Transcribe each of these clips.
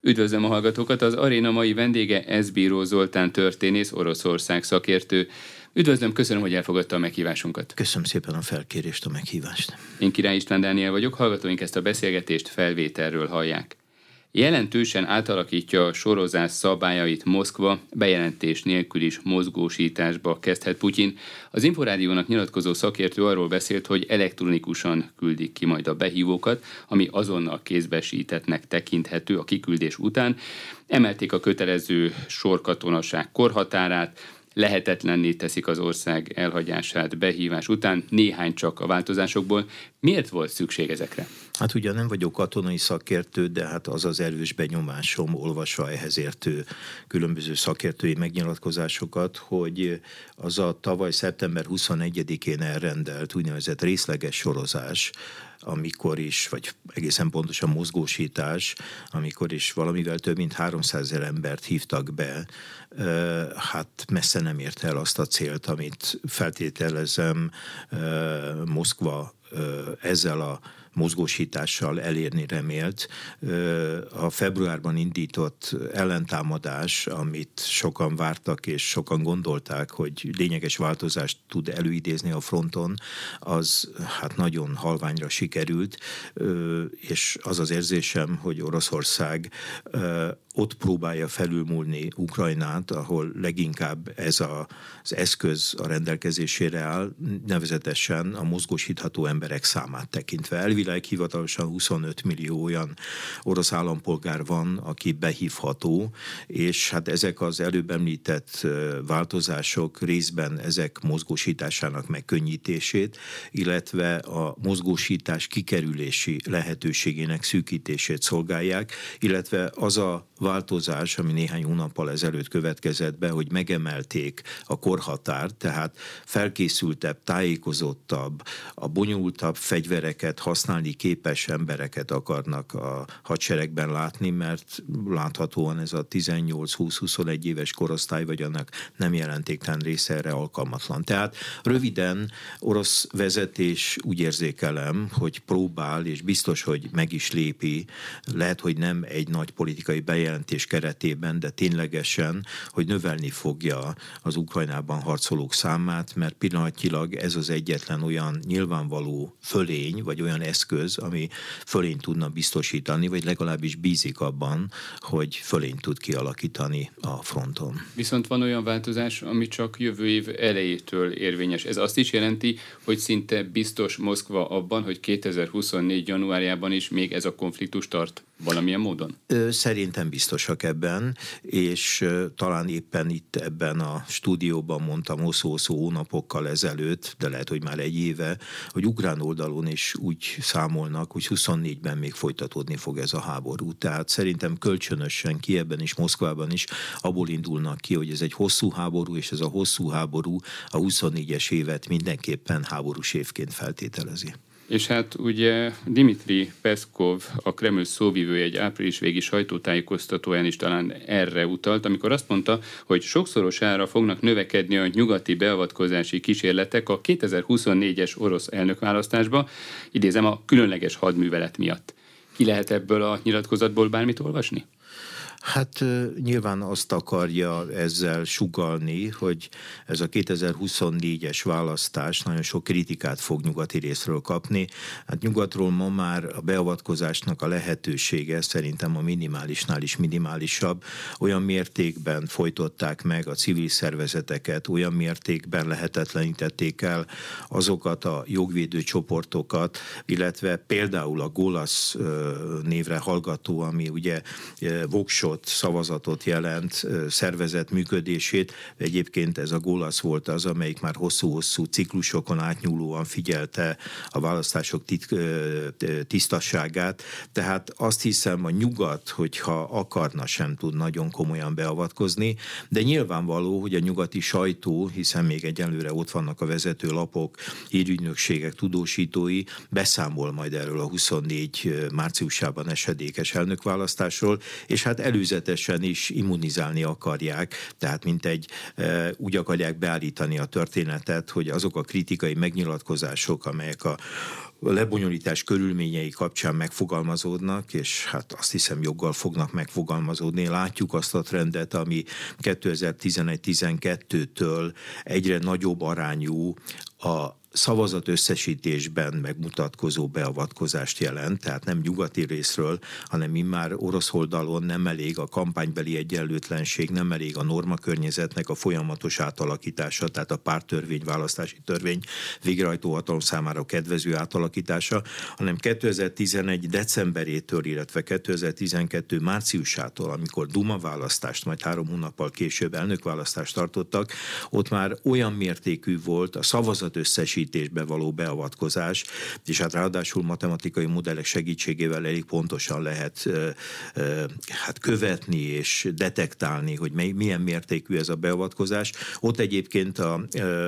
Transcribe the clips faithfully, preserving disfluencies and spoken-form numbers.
Üdvözlöm a hallgatókat, az aréna mai vendége Eszbíró Zoltán történész, Oroszország szakértő. Üdvözlöm, köszönöm, hogy elfogadta a meghívásunkat. Köszönöm szépen a felkérést, a meghívást. Én Király István Dániel vagyok, hallgatóink ezt a beszélgetést felvételről hallják. Jelentősen átalakítja a sorozás szabályait Moszkva, bejelentés nélkül is mozgósításba kezdhet Putyin. Az Inforádiónak nyilatkozó szakértő arról beszélt, hogy elektronikusan küldik ki majd a behívókat, ami azonnal kézbesítettnek tekinthető a kiküldés után. Emelték a kötelező sorkatonaság korhatárát, lehetetlenné teszik az ország elhagyását behívás után, néhány csak a változásokból. Miért volt szükség ezekre? Hát ugye nem vagyok katonai szakértő, de hát az az erős benyomásom, olvasva ehhez értő különböző szakértői megnyilatkozásokat, hogy az a tavaly szeptember huszonegyedikén elrendelt úgynevezett részleges sorozás, amikor is, vagy egészen pontosan mozgósítás, amikor is valamivel több mint háromszázezer embert hívtak be, hát messze nem érte el azt a célt, amit feltételezem Moszkva ezzel a mozgósítással elérni remélt. A februárban indított ellentámadás, amit sokan vártak és sokan gondolták, hogy lényeges változást tud előidézni a fronton, az hát nagyon halványra sikerült, és az az érzésem, hogy Oroszország ott próbálja felülmúlni Ukrajnát, ahol leginkább ez a, az eszköz a rendelkezésére áll, nevezetesen a mozgósítható emberek számát tekintve. Elvileg hivatalosan huszonöt millió olyan orosz állampolgár van, aki behívható, és hát ezek az előbb említett változások részben ezek mozgósításának megkönnyítését, illetve a mozgósítás kikerülési lehetőségének szűkítését szolgálják, illetve az a változás, ami néhány hónappal ezelőtt következett be, hogy megemelték a korhatárt, tehát felkészültebb, tájékozottabb, a bonyolultabb fegyvereket használni képes embereket akarnak a hadseregben látni, mert láthatóan ez a tizennyolc-húsz-huszonegy éves korosztály vagy annak nem jelentéktelen része erre alkalmatlan. Tehát röviden orosz vezetés úgy érzékelem, hogy próbál, és biztos, hogy meg is lépi, lehet, hogy nem egy nagy politikai bejelentés keretében, de ténylegesen, hogy növelni fogja az Ukrajnában harcolók számát, mert pillanatnyilag ez az egyetlen olyan nyilvánvaló fölény, vagy olyan eszköz, ami fölényt tudna biztosítani, vagy legalábbis bízik abban, hogy fölényt tud kialakítani a fronton. Viszont van olyan változás, ami csak jövő év elejétől érvényes. Ez azt is jelenti, hogy szinte biztos Moszkva abban, hogy kétezer-huszonnégy januárjában is még ez a konfliktus tart valamilyen módon? Szerintem biztosak ebben, és talán éppen itt ebben a stúdióban mondtam hosszú-hosszú hónapokkal ezelőtt, de lehet, hogy már egy éve, hogy ukrán oldalon is úgy számolnak, hogy huszonnégyben még folytatódni fog ez a háború. Tehát szerintem kölcsönösen Kijevben és Moszkvában is abból indulnak ki, hogy ez egy hosszú háború, és ez a hosszú háború a huszonnégyes évet mindenképpen háborús évként feltételezi. És hát ugye Dmitri Peszkov, a Kreml szóvivője egy április végi sajtótájékoztatóján is talán erre utalt, amikor azt mondta, hogy sokszorosára fognak növekedni a nyugati beavatkozási kísérletek a kétezer-huszonnégyes orosz elnökválasztásba, idézem, a különleges hadművelet miatt. Ki lehet ebből a nyilatkozatból bármit olvasni? Hát nyilván azt akarja ezzel sugallni, hogy ez a kétezer-huszonnégyes választás nagyon sok kritikát fog nyugati részről kapni. Hát nyugatról ma már a beavatkozásnak a lehetősége szerintem a minimálisnál is minimálisabb. Olyan mértékben folytották meg a civil szervezeteket, olyan mértékben lehetetlenítették el azokat a jogvédő csoportokat, illetve például a Golas névre hallgató, ami ugye voksot, szavazatot jelent, szervezet működését. Egyébként ez a Golas volt az, amelyik már hosszú-hosszú ciklusokon átnyúlóan figyelte a választások titk, tisztasságát. Tehát azt hiszem, a nyugat, hogyha akarna, sem tud nagyon komolyan beavatkozni, de nyilvánvaló, hogy a nyugati sajtó, hiszen még egyelőre ott vannak a vezető lapok, hírügynökségek, tudósítói, beszámol majd erről a huszonnégy márciusában esedékes elnökválasztásról, és hát elő előzetesen is immunizálni akarják, tehát mint egy úgy akarják beállítani a történetet, hogy azok a kritikai megnyilatkozások, amelyek a a lebonyolítás körülményei kapcsán megfogalmazódnak, és hát azt hiszem joggal fognak megfogalmazódni. Látjuk azt a trendet, ami kétezer-tizenegy-tizenkettőtől egyre nagyobb arányú a szavazat összesítésben megmutatkozó beavatkozást jelent, tehát nem nyugati részről, hanem immár orosz oldalon nem elég a kampánybeli egyenlőtlenség, nem elég a normakörnyezetnek a folyamatos átalakítása, tehát a párttörvény, választási törvény végrehajtó hatalom számára kedvező átalakítása, hanem kétezer-tizenegy decemberétől, illetve kétezer-tizenkettő márciusától, amikor Duma választást, majd három hónappal később elnökválasztást tartottak, ott már olyan mértékű volt a szavazat összesítés való beavatkozás, és hát ráadásul matematikai modellek segítségével elég pontosan lehet hát követni és detektálni, hogy milyen mértékű ez a beavatkozás. Ott egyébként a,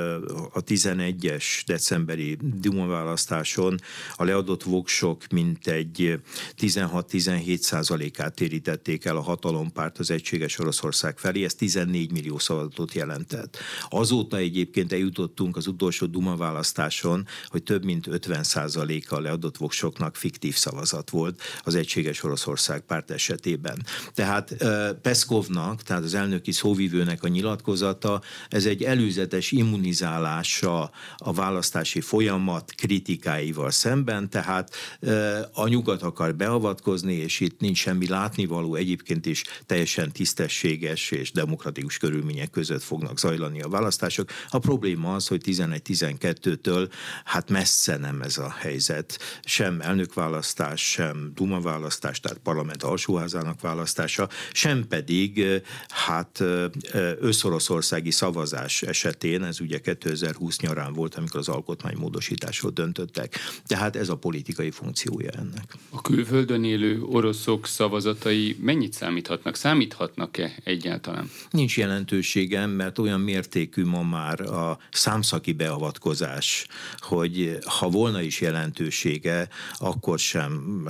a tizenegyes decemberi Duma választáson a leadott voksok mintegy tizenhat-tizenhét százalékát térítették el a hatalompárt az Egységes Oroszország felé, ez tizennégy millió szavazatot jelentett. Azóta egyébként eljutottunk az utolsó Duma választáson, hogy több mint ötven százaléka a leadott voksoknak fiktív szavazat volt az Egységes Oroszország párt esetében. Tehát Peszkovnak, tehát az elnöki szóvivőnek a nyilatkozata, ez egy előzetes immunizálása a választási folyamat kritikáival szemben, tehát a nyugat akar beavatkozni, és itt nincs semmi látnivaló, egyébként is teljesen tisztességes és demokratikus körülmények között fognak zajlani a választások. A probléma az, hogy tizenegy-tizenkettőtől hát messze nem ez a helyzet. Sem elnökválasztás, sem Duma választás, tehát parlament alsóházának választása, sem pedig hát összoroszországi szavazás esetén, ez ugye kétezer-húsz nyarán volt, amikor az alkotmánymódosításról döntöttek. Tehát ez a politikai funkciója ennek. A külföldön élő oroszok szavazatai mennyit számíthatnak? Számíthatnak-e egyáltalán? Nincs jelentősége, mert olyan mértékű ma már a számszaki beavatkozás, hogy ha volna is jelentősége, akkor sem,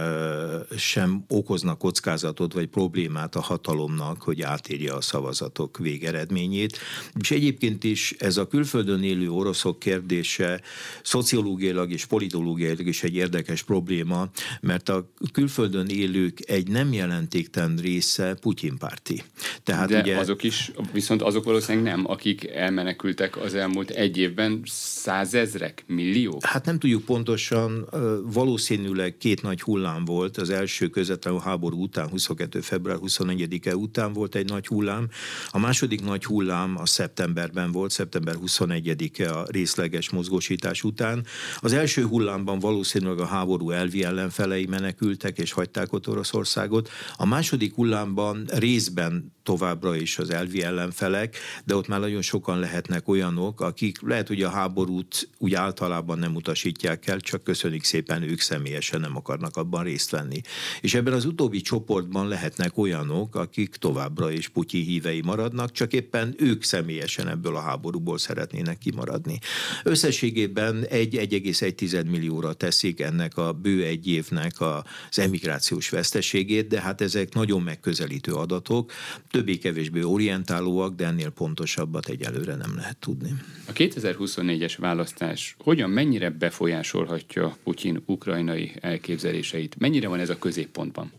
sem okozna kockázatot vagy problémát a hatalomnak, hogy átírja a szavazatok végeredményét. És egyébként is ez a külföldön élő oroszok kérdése szociológiailag és politológiailag is egy érdekes probléma, mert a külföldön élők egy nem jelentéktelen része Putyin párti. Tehát de ugye, azok is, viszont azok valószínűleg nem, akik elmenekültek az elmúlt egy évben, százezrek, millió? Hát nem tudjuk pontosan, valószínűleg két nagy hullám volt, az első közvetlenül háború után, huszonkettő február huszonegyedike után volt egy nagy hullám, a második nagy hullám a szeptemberben volt, szeptember huszonegyedike a részleges mozgósítás után. Az első hullámban valószínűleg a háború elvi ellenfelei menekültek és hagyták ott Oroszországot. A második hullámban részben továbbra is az elvi ellenfelek, de ott már nagyon sokan lehetnek olyanok, akik lehet, hogy a háborút úgy általában nem utasítják el, csak köszönik szépen, ők személyesen nem akarnak abban részt venni. És ebben az utóbbi csoportban lehetnek olyanok, akik továbbra is Putyin hívei maradnak, csak éppen ők személyesen ebből a háborúból szeretnének kimaradni. Összességében egy egész egy millióra teszik ennek a bő egy évnek az emigrációs veszteségét, de hát ezek nagyon megközelítő adatok, többé-kevésbé orientálóak, de ennél pontosabbat egyelőre nem lehet tudni. A kétezer-huszonnégyes választás hogyan, mennyire befolyásolhatja Putyin ukrajnai elképzeléseit? Mennyire van ez a középpontban?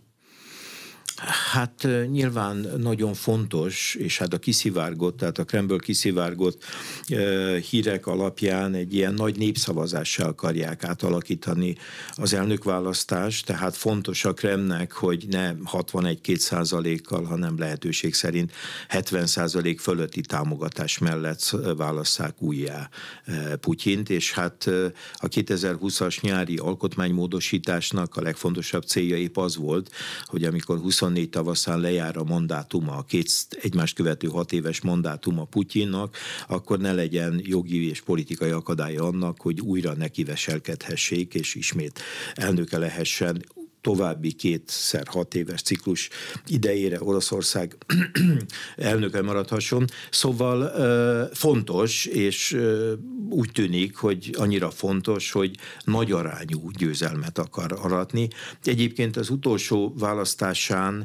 Hát nyilván nagyon fontos, és hát a kiszivárgott, tehát a Kremlből kiszivárgott uh, hírek alapján egy ilyen nagy népszavazással akarják átalakítani az elnökválasztást, tehát fontos a Kremlnek, hogy ne hatvanegy-két százalékkal, hanem lehetőség szerint hetven százalék fölötti támogatás mellett válasszák újjá uh, Putyint, és hát uh, a kétezer-húszas nyári alkotmánymódosításnak a legfontosabb célja épp az volt, hogy amikor huszonnégy tavaszán lejár a mandátuma, a két egymást követő hat éves mandátuma Putyinnak, akkor ne legyen jogi és politikai akadálya annak, hogy újra nekiveselkedhessék, és ismét elnöke lehessen további kétszer hat éves ciklus idejére Oroszország elnöke maradhasson. Szóval fontos, és úgy tűnik, hogy annyira fontos, hogy nagy arányú győzelmet akar aratni. Egyébként az utolsó választásán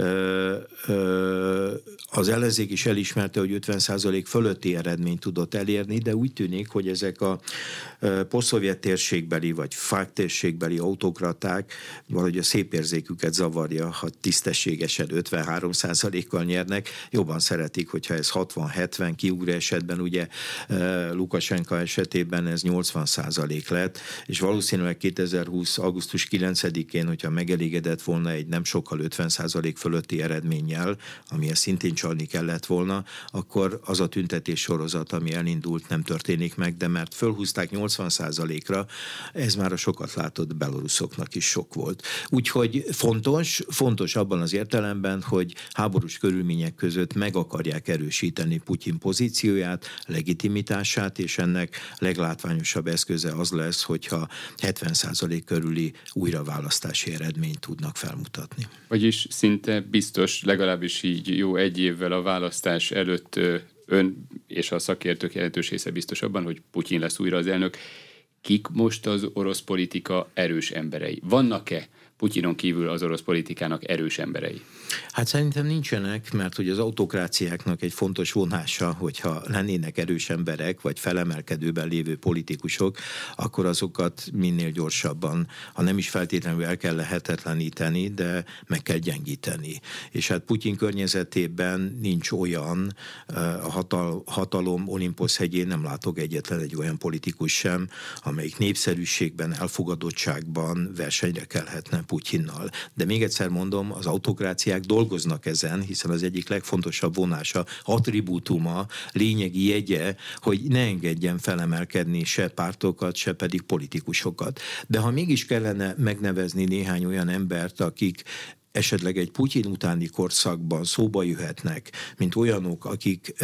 az ellenzék is elismerte, hogy ötven százalék fölötti eredményt tudott elérni, de úgy tűnik, hogy ezek a posztszovjet térségbeli vagy fák térségbeli autokraták valahogy a szép érzéküket zavarja, ha tisztességesen ötvenhárom százalékkal nyernek. Jobban szeretik, hogyha ez hatvan-hetven, kiugró esetben ugye Lukasenka esetében ez nyolcvan százalék lett, és valószínűleg kétezer-húsz. augusztus kilencedikén, hogyha megelégedett volna egy nem sokkal ötven százalék fölötti eredménnyel, amihez szintén csalni kellett volna, akkor az a tüntetés sorozat, ami elindult, nem történik meg, de mert fölhúzták nyolcvan százalékra, ez már a sokat látott beloruszoknak is sok volt. Úgyhogy fontos, fontos abban az értelemben, hogy háborús körülmények között meg akarják erősíteni Putyin pozícióját, legitimitását, és ennek leglátványosabb eszköze az lesz, hogyha hetven százalék körüli újraválasztási eredményt tudnak felmutatni. Vagyis szinte biztos, legalábbis így jó egy évvel a választás előtt ön és a szakértők jelentős része biztos abban, hogy Putyin lesz újra az elnök. Kik most az orosz politika erős emberei? Vannak-e Putyinon kívül az orosz politikának erős emberei? Hát szerintem nincsenek, mert hogy az autokráciáknak egy fontos vonása, hogyha lennének erős emberek, vagy felemelkedőben lévő politikusok, akkor azokat minél gyorsabban, ha nem is feltétlenül el kell lehetetleníteni, de meg kell gyengíteni. És hát Putyin környezetében nincs olyan, a hatal, hatalom Olimposz hegyén nem látok egyetlen egy olyan politikus sem, amelyik népszerűségben, elfogadottságban versenyre kelhetne Putyinnal. De még egyszer mondom, az autokráciák dolgoznak ezen, hiszen az egyik legfontosabb vonása, attribútuma, lényegi jegye, hogy ne engedjen felemelkedni se pártokat, se pedig politikusokat. De ha mégis kellene megnevezni néhány olyan embert, akik esetleg egy Putyin utáni korszakban szóba jöhetnek, mint olyanok, akik,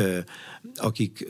akik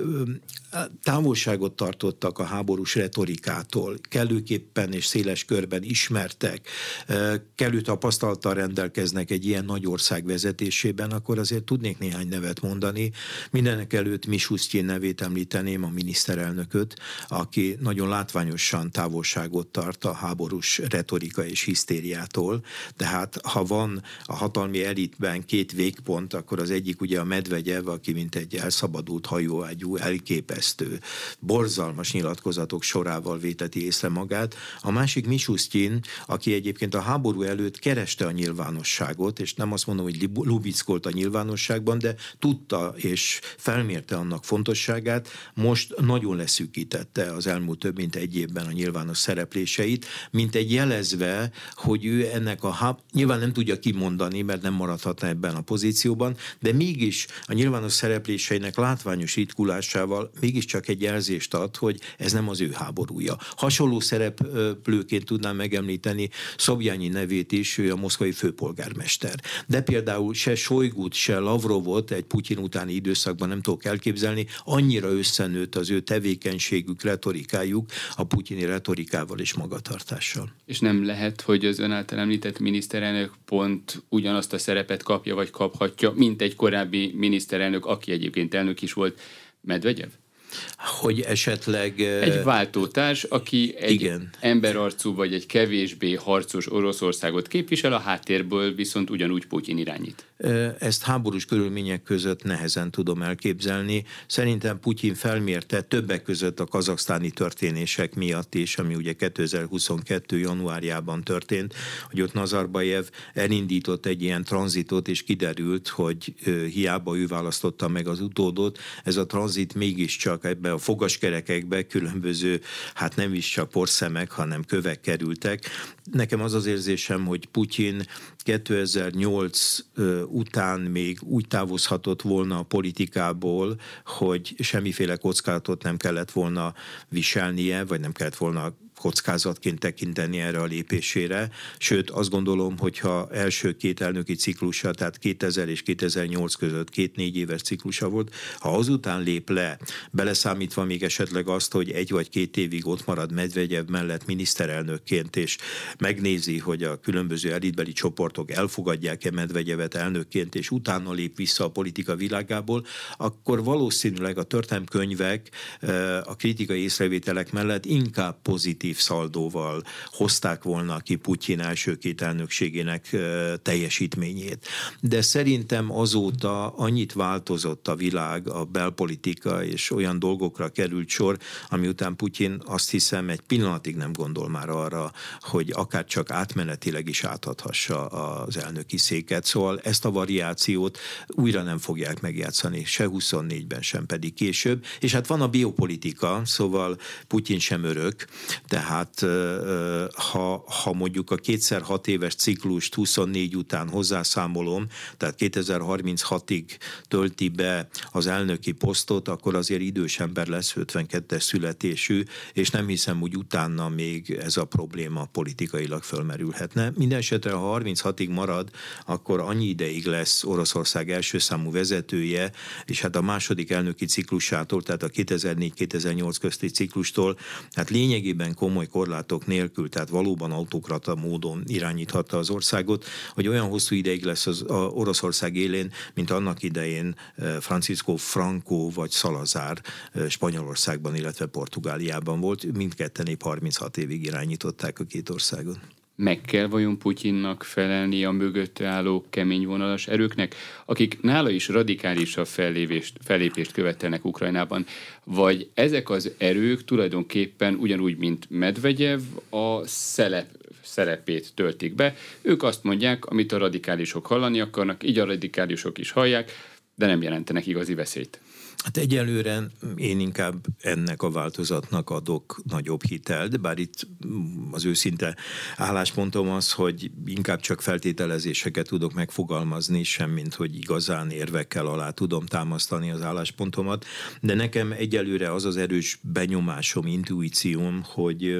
távolságot tartottak a háborús retorikától, kellőképpen és széles körben ismertek, kellő tapasztalattal rendelkeznek egy ilyen nagy ország vezetésében, akkor azért tudnék néhány nevet mondani. Mindenek előtt Mishustin nevét említeném, a miniszterelnököt, aki nagyon látványosan távolságot tart a háborús retorika és hisztériától. Tehát ha van a hatalmi elitben két végpont, akkor az egyik ugye a Medvegyev, aki mint egy elszabadult hajóágyú, elképesztő, borzalmas nyilatkozatok sorával véteti észre magát. A másik Mishustin, aki egyébként a háború előtt kereste a nyilvánosságot, és nem azt mondom, hogy lubickolt a nyilvánosságban, de tudta és felmérte annak fontosságát, most nagyon leszűkítette az elmúlt több mint egy évben a nyilvános szerepléseit, mint egy jelezve, hogy ő ennek a há... nyilván nem tudja kimondani, mert nem maradhatna ebben a pozícióban, de mégis a nyilvános szerepléseinek látványos ritkulásával mégiscsak egy jelzést ad, hogy ez nem az ő háborúja. Hasonló szereplőként tudnám megemlíteni Szobjányi nevét is, ő a moszkvai főpolgármester. De például se Sojgut, se Lavrovot egy Putyin utáni időszakban nem tudok elképzelni, annyira összenőtt az ő tevékenységük, retorikájuk a putyini retorikával és magatartással. És nem lehet, hogy az ön által említett miniszterelnök pont ugyanazt a szerepet kapja, vagy kaphatja, mint egy korábbi miniszterelnök, aki egyébként elnök is volt, Medvegyev? Hogy esetleg... Egy váltótárs, aki egy igen. emberarcú, vagy egy kevésbé harcos Oroszországot képvisel, a háttérből viszont ugyanúgy Putyin irányít. Ezt háborús körülmények között nehezen tudom elképzelni. Szerintem Putyin felmérte többek között a kazaksztáni történések miatt is, ami ugye kétezer-huszonkettő januárjában történt, hogy ott Nazarbajev elindított egy ilyen tranzitot, és kiderült, hogy hiába ő választotta meg az utódot, ez a tranzit mégiscsak ebbe a fogaskerekekbe különböző, hát nem is csak porszemek, hanem kövek kerültek. Nekem az az érzésem, hogy Putyin kétezer-nyolc után még úgy távozhatott volna a politikából, hogy semmiféle kockázatot nem kellett volna viselnie, vagy nem kellett volna kockázatként tekinteni erre a lépésére. Sőt, azt gondolom, hogyha első két elnöki ciklusa, tehát kétezer és kétezer-nyolc között két négy éves ciklusa volt, ha azután lép le, beleszámítva még esetleg azt, hogy egy vagy két évig ott marad Medvegyev mellett miniszterelnökként, és megnézi, hogy a különböző elitbeli csoportok elfogadják-e Medvegyevet elnökként, és utána lép vissza a politika világából, akkor valószínűleg a történelemkönyvek a kritikai észrevételek mellett inkább pozitív szaldóval hozták volna ki Putyin első két elnökségének teljesítményét. De szerintem azóta annyit változott a világ, a belpolitika, és olyan dolgokra került sor, ami után Putyin azt hiszem egy pillanatig nem gondol már arra, hogy akár csak átmenetileg is átadhassa az elnöki széket. Szóval ezt a variációt újra nem fogják megjátszani, se huszonnégyben, sem pedig később. És hát van a biopolitika, szóval Putyin sem örök, tehát ha, ha mondjuk a kétszer hat éves ciklust huszonnégy után hozzászámolom, tehát kétezer-harminchatig tölti be az elnöki posztot, akkor azért idős ember lesz, ötvenkettes születésű, és nem hiszem, hogy utána még ez a probléma politikailag fölmerülhetne. Mindenesetre, ha harminchatig marad, akkor annyi ideig lesz Oroszország első számú vezetője, és hát a második elnöki ciklusától, tehát a kétezer-négy-kétezer-nyolc közti ciklustól, hát lényegében komoly korlátok nélkül, tehát valóban autokrata módon irányíthatta az országot, hogy olyan hosszú ideig lesz az a Oroszország élén, mint annak idején Francisco Franco vagy Salazar Spanyolországban, illetve Portugáliában volt. Mindketten épp harminchat évig irányították a két országot. Meg kell vajon Putyinnak felelni a mögötte álló keményvonalas erőknek, akik nála is radikálisabb fellépést, fellépést követelnek Ukrajnában, vagy ezek az erők tulajdonképpen ugyanúgy, mint Medvegyev, a szelep, szerepét töltik be. Ők azt mondják, amit a radikálisok hallani akarnak, így a radikálisok is hallják, de nem jelentenek igazi veszélyt. Hát egyelőre én inkább ennek a változatnak adok nagyobb hitelt, bár itt az őszinte álláspontom az, hogy inkább csak feltételezéseket tudok megfogalmazni, semmint hogy igazán érvekkel alá tudom támasztani az álláspontomat, de nekem egyelőre az az erős benyomásom, intuícióm, hogy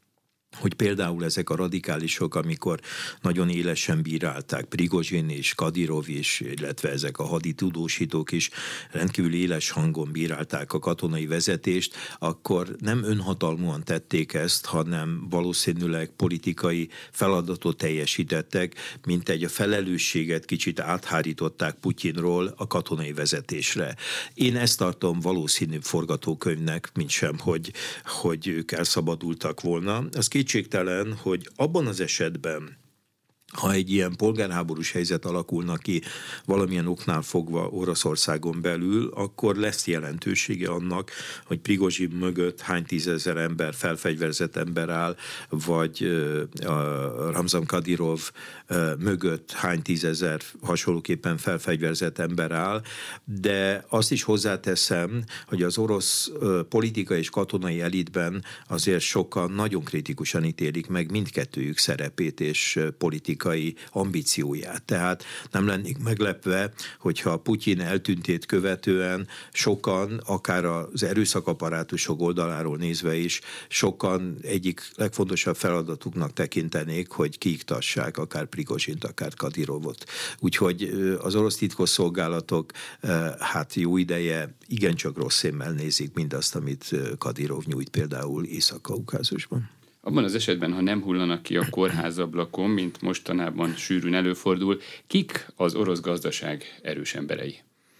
hogy például ezek a radikálisok, amikor nagyon élesen bírálták, Prigozsin és Kadirov is, illetve ezek a haditudósítók is rendkívül éles hangon bírálták a katonai vezetést, akkor nem önhatalmúan tették ezt, hanem valószínűleg politikai feladatot teljesítettek, mint egy a felelősséget kicsit áthárították Putyinról a katonai vezetésre. Én ezt tartom valószínűbb forgatókönyvnek, mint sem, hogy, hogy ők elszabadultak volna. Az kétségtelen, hogy abban az esetben, ha egy ilyen polgárháborús helyzet alakulna ki valamilyen oknál fogva Oroszországon belül, akkor lesz jelentősége annak, hogy Prigozsin mögött hány tízezer ember, felfegyverzett ember áll, vagy a Ramzan Kadyrov mögött hány tízezer hasonlóképpen felfegyverzett ember áll, de azt is hozzáteszem, hogy az orosz politikai és katonai elitben azért sokan nagyon kritikusan ítélik meg mindkettőjük szerepét és politikai ambícióját. Tehát nem lennék meglepve, hogyha Putyin eltűntét követően sokan, akár az erőszakaparátusok oldaláról nézve is, sokan egyik legfontosabb feladatuknak tekintenék, hogy kiiktassák akár Prigozsint, akár Kadirovot. Úgyhogy az orosz titkosszolgálatok hát jó ideje igencsak rossz szemmel nézik mindazt, amit Kadirov nyújt például Észak-Kaukázusban. Abban az esetben, ha nem hullanak ki a kórházablakon, mint mostanában sűrűn előfordul, kik az orosz gazdaság erős emberei?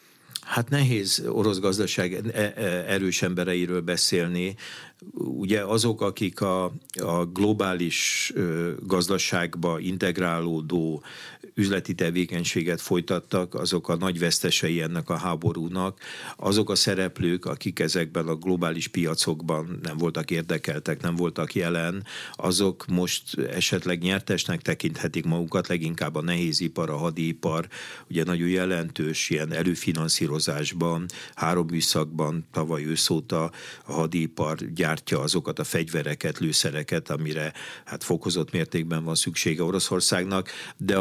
Hát nehéz orosz gazdaság erős embereiről beszélni. Ugye azok, akik a, a globális gazdaságba integrálódó üzleti tevékenységet folytattak, azok a nagy vesztesei ennek a háborúnak. Azok a szereplők, akik ezekben a globális piacokban nem voltak érdekeltek, nem voltak jelen, azok most esetleg nyertesnek tekinthetik magukat, leginkább a nehézipar, a hadipar, ugye nagyon jelentős ilyen előfinanszírozásban, három műszakban tavaly őszóta a hadipar gyártja azokat a fegyvereket, lőszereket, amire hát fokozott mértékben van szüksége Oroszországnak, de azt gondolom,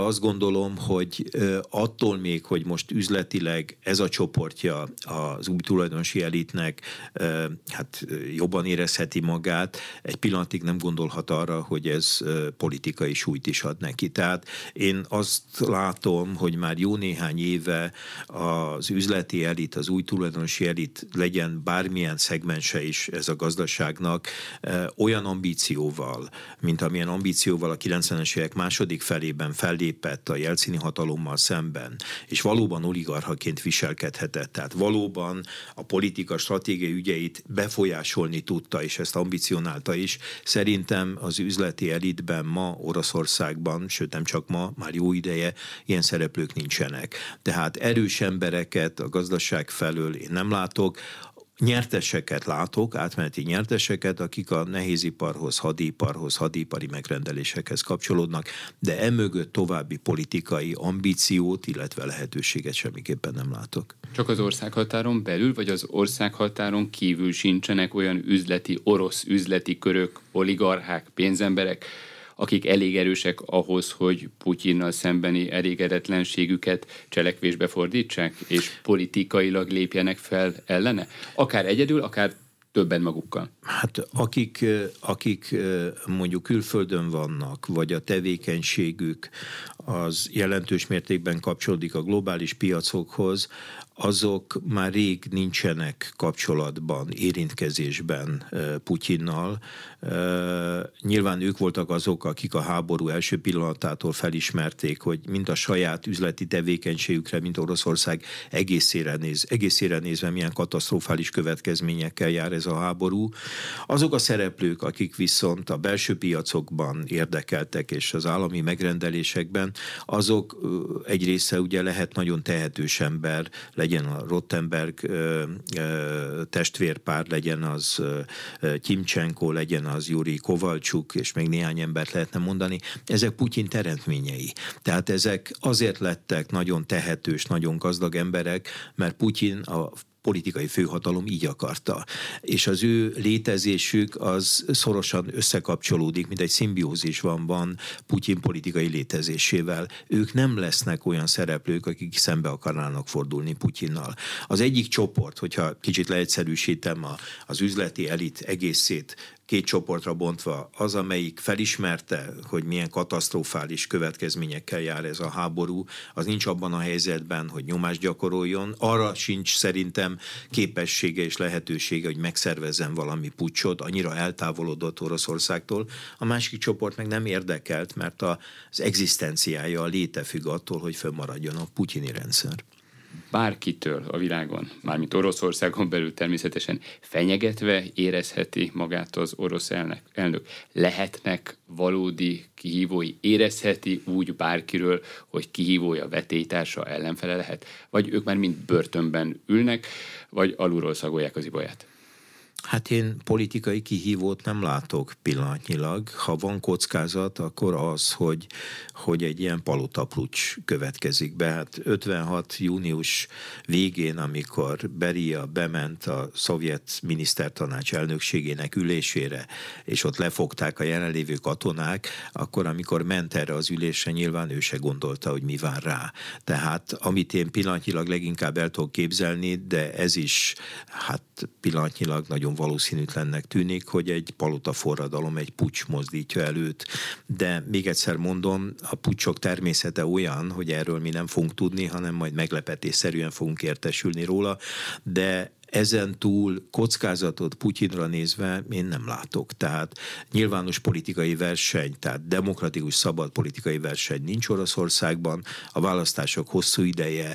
gondolom, hogy attól még, hogy most üzletileg ez a csoportja az új tulajdonosi elitnek hát jobban érezheti magát, egy pillanatig nem gondolhat arra, hogy ez politikai súlyt is ad neki. Tehát én azt látom, hogy már jó néhány éve az üzleti elit, az új tulajdonosi elit, legyen bármilyen szegmense is ez a gazdaságnak, olyan ambícióval, mint amilyen ambícióval a kilencvenes évek második felében fellépett a jelcini hatalommal szemben, és valóban oligarchaként viselkedhetett, tehát valóban a politika stratégiai ügyeit befolyásolni tudta, és ezt ambicionálta is. Szerintem az üzleti elitben ma Oroszországban, sőt nem csak ma, már jó ideje ilyen szereplők nincsenek. Tehát erős embereket a gazdaság felől én nem látok, nyerteseket látok, átmeneti nyerteseket, akik a nehéziparhoz, hadiparhoz, hadipari megrendelésekhez kapcsolódnak, de emögött további politikai ambíciót, illetve lehetőséget semmiképpen nem látok. Csak az országhatáron belül, vagy az országhatáron kívül sincsenek olyan üzleti, orosz üzleti körök, oligarchák, pénzemberek, akik elég erősek ahhoz, hogy Putyinnal szembeni elégedetlenségüket cselekvésbe fordítsák, és politikailag lépjenek fel ellene? Akár egyedül, akár többen magukkal. Hát akik, akik mondjuk külföldön vannak, vagy a tevékenységük az jelentős mértékben kapcsolódik a globális piacokhoz, azok már rég nincsenek kapcsolatban, érintkezésben Putyinnal. Nyilván ők voltak azok, akik a háború első pillanatától felismerték, hogy mind a saját üzleti tevékenységükre, mint Oroszország egészére, néz, egészére nézve milyen katasztrofális következményekkel jár ez a háború. Azok a szereplők, akik viszont a belső piacokban érdekeltek, és az állami megrendelésekben, azok egy része ugye lehet nagyon tehetős ember, legyen a Rottenberg ö, ö, testvérpár, legyen az ö, Timcsenko, legyen az Juri Kovalcsuk, és még néhány embert lehetne mondani. Ezek Putyin teremtményei. Tehát ezek azért lettek nagyon tehetős, nagyon gazdag emberek, mert Putyin a politikai főhatalom így akarta. És az ő létezésük az szorosan összekapcsolódik, mint egy szimbiózisban van Putyin politikai létezésével. Ők nem lesznek olyan szereplők, akik szembe akarnának fordulni Putyinnal. Az egyik csoport, hogyha kicsit leegyszerűsítem a, az üzleti elit egészét, két csoportra bontva, az, amelyik felismerte, hogy milyen katasztrofális következményekkel jár ez a háború, az nincs abban a helyzetben, hogy nyomást gyakoroljon. Arra sincs szerintem képessége és lehetősége, hogy megszervezzen valami puccsot, annyira eltávolodott Oroszországtól. A másik csoport meg nem érdekelt, mert az egzisztenciája, a léte függ attól, hogy fönnmaradjon a putyini rendszer. Bárkitől a világon, mármint Oroszországon belül természetesen fenyegetve érezheti magát az orosz elnök. elnök. Lehetnek valódi kihívói, érezheti úgy bárkiről, hogy kihívója, vetélytársa, ellenfele lehet? Vagy ők már mind börtönben ülnek, vagy alulról szagolják az ibolyát? Hát én politikai kihívót nem látok pillanatnyilag. Ha van kockázat, akkor az, hogy, hogy egy ilyen palotaplucs következik be. Hát ötvenhat június végén, amikor Beria bement a szovjet minisztertanács elnökségének ülésére, és ott lefogták a jelenlévő katonák, akkor amikor ment erre az ülésre, nyilván ő se gondolta, hogy mi vár rá. Tehát amit én pillanatnyilag leginkább el tudok képzelni, de ez is hát pillanatnyilag nagyon valószínűtlennek tűnik, hogy egy palota forradalom, egy puccs mozdítja előtt. De még egyszer mondom, a puccsok természete olyan, hogy erről mi nem fogunk tudni, hanem majd meglepetésszerűen fogunk értesülni róla, de ezen túl kockázatot Putyinra nézve én nem látok. Tehát nyilvános politikai verseny, tehát demokratikus szabad politikai verseny nincs Oroszországban. A választások hosszú ideje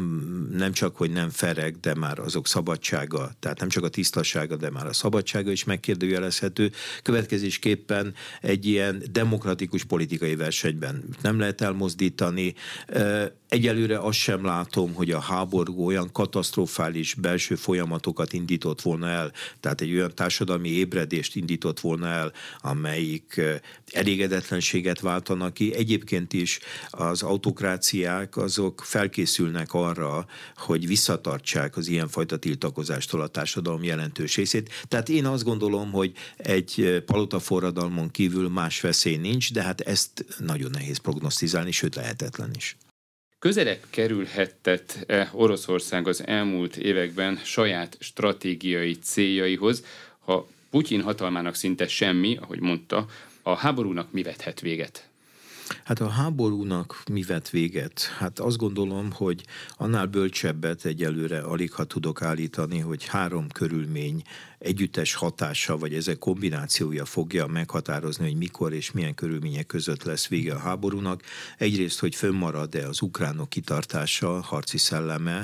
nem csak, hogy nem fereg, de már azok szabadsága, tehát nem csak a tisztasága, de már a szabadsága is megkérdőjelezhető. Következésképpen egy ilyen demokratikus politikai versenyben nem lehet elmozdítani. Egyelőre azt sem látom, hogy a háború olyan katasztrofális belső folyamatokat indított volna el, tehát egy olyan társadalmi ébredést indított volna el, amelyik elégedetlenséget váltanak ki. Egyébként is az autokráciák azok felkészülnek arra, hogy visszatartsák az ilyenfajta tiltakozástól a társadalom jelentős részét. Tehát én azt gondolom, hogy egy palotaforradalmon kívül más veszély nincs, de hát ezt nagyon nehéz prognosztizálni, sőt lehetetlen is. Közelebb kerülhetett-e Oroszország az elmúlt években saját stratégiai céljaihoz, ha Putyin hatalmának szinte semmi, ahogy mondta, a háborúnak mi vethet véget? Hát a háborúnak mi vett véget? Hát azt gondolom, hogy annál bölcsebbet egyelőre alig ha tudok állítani, hogy három körülmény együttes hatása, vagy ezek kombinációja fogja meghatározni, hogy mikor és milyen körülmények között lesz vége a háborúnak. Egyrészt, hogy fönnmarad-e az ukránok kitartása, harci szelleme,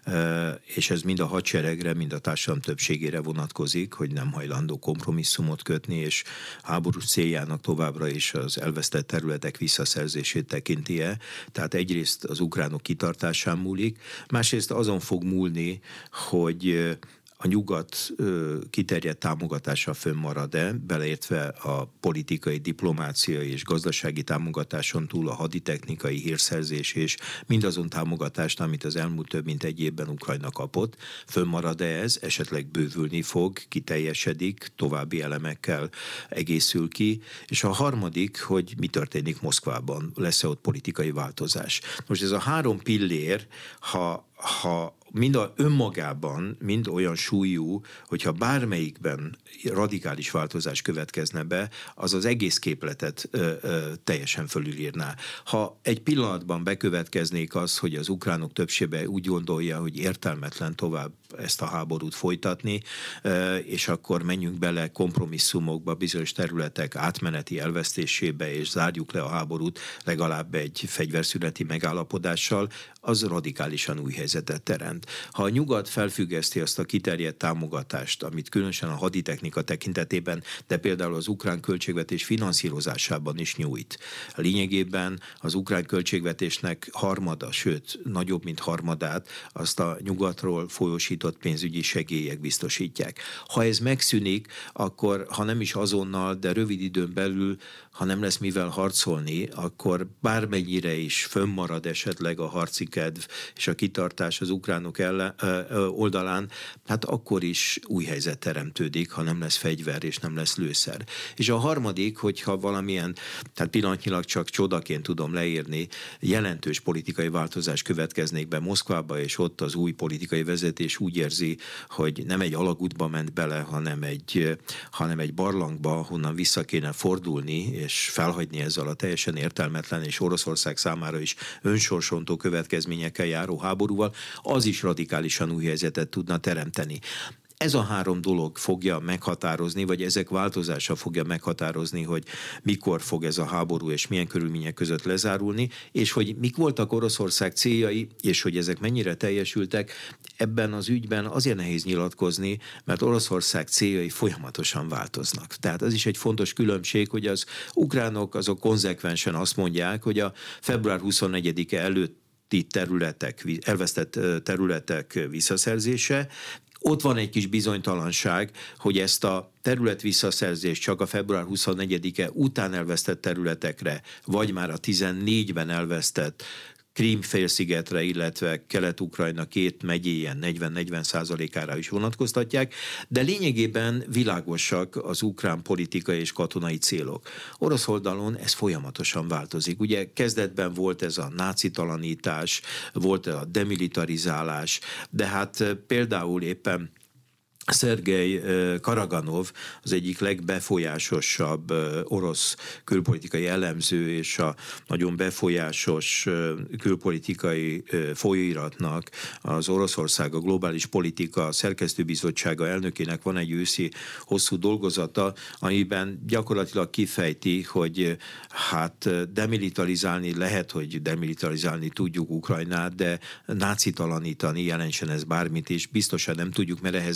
és ez mind a hadseregre, mind a társadalom többségére vonatkozik, hogy nem hajlandó kompromisszumot kötni, és háborús céljának továbbra is az elvesztett területek visszaszerzését tekinti-e. Tehát egyrészt az ukránok kitartásán múlik, másrészt azon fog múlni, hogy a nyugat ö, kiterjedt támogatása fönnmarad-e, beleértve a politikai, diplomáciai és gazdasági támogatáson túl a haditechnikai hírszerzés és mindazon támogatást, amit az elmúlt több mint egy évben Ukrajna kapott, fönnmarad-e ez, esetleg bővülni fog, kiteljesedik, további elemekkel egészül ki, és a harmadik, hogy mi történik Moszkvában, lesz-e ott politikai változás. Most ez a három pillér, ha ha mind a önmagában, mind olyan súlyú, hogyha bármelyikben radikális változás következne be, az az egész képletet ö, ö, teljesen fölülírná. Ha egy pillanatban bekövetkeznék az, hogy az ukránok többsége úgy gondolja, hogy értelmetlen tovább ezt a háborút folytatni, ö, és akkor menjünk bele kompromisszumokba, bizonyos területek átmeneti elvesztésébe, és zárjuk le a háborút legalább egy fegyverszüneti megállapodással, az radikálisan új helyzetet teremt. Ha a nyugat felfüggeszti azt a kiterjedt támogatást, amit különösen a haditechnika tekintetében, de például az ukrán költségvetés finanszírozásában is nyújt. Lényegében az ukrán költségvetésnek harmada, sőt, nagyobb, mint harmadát azt a nyugatról folyósított pénzügyi segélyek biztosítják. Ha ez megszűnik, akkor ha nem is azonnal, de rövid időn belül, ha nem lesz mivel harcolni, akkor bármennyire is fönnmarad esetleg a harci kedv és a kitartás az ukránok ellen, ö, oldalán, hát akkor is új helyzet teremtődik, ha nem lesz fegyver és nem lesz lőszer. És a harmadik, hogyha valamilyen, tehát pillanatnyilag csak csodaként tudom leírni, jelentős politikai változás következnék be Moszkvába, és ott az új politikai vezetés úgy érzi, hogy nem egy alagútba ment bele, hanem egy, hanem egy barlangba, honnan vissza kéne fordulni, és felhagyni ezzel a teljesen értelmetlen és Oroszország számára is önsorsontó következményekkel járó háborúval, az is radikálisan új helyzetet tudna teremteni. Ez a három dolog fogja meghatározni, vagy ezek változása fogja meghatározni, hogy mikor fog ez a háború és milyen körülmények között lezárulni, és hogy mik voltak Oroszország céljai, és hogy ezek mennyire teljesültek. Ebben az ügyben azért nehéz nyilatkozni, mert Oroszország céljai folyamatosan változnak. Tehát az is egy fontos különbség, hogy az ukránok azok konzekvensen azt mondják, hogy a február huszonnegyedike előtt területek, elvesztett területek visszaszerzése. Ott van egy kis bizonytalanság, hogy ezt a terület visszaszerzést csak a február huszonnegyedike után elvesztett területekre, vagy már a tizennégyben elvesztett Krím-félszigetre, illetve Kelet-Ukrajna két megyéjen negyven-negyven százalékára is vonatkoztatják, de lényegében világosak az ukrán politikai és katonai célok. Orosz oldalon ez folyamatosan változik. Ugye kezdetben volt ez a nácitalanítás, volt a demilitarizálás, de hát például éppen Szergej Karaganov, az egyik legbefolyásosabb orosz külpolitikai elemző és a nagyon befolyásos külpolitikai folyóiratnak, az Oroszország a globális politika szerkesztőbizottsága elnökének van egy őszi hosszú dolgozata, amiben gyakorlatilag kifejti, hogy hát demilitarizálni lehet, hogy demilitarizálni tudjuk Ukrajnát, de nácitalanítani, jelentsen ez bármit is, biztosan nem tudjuk, mert ehhez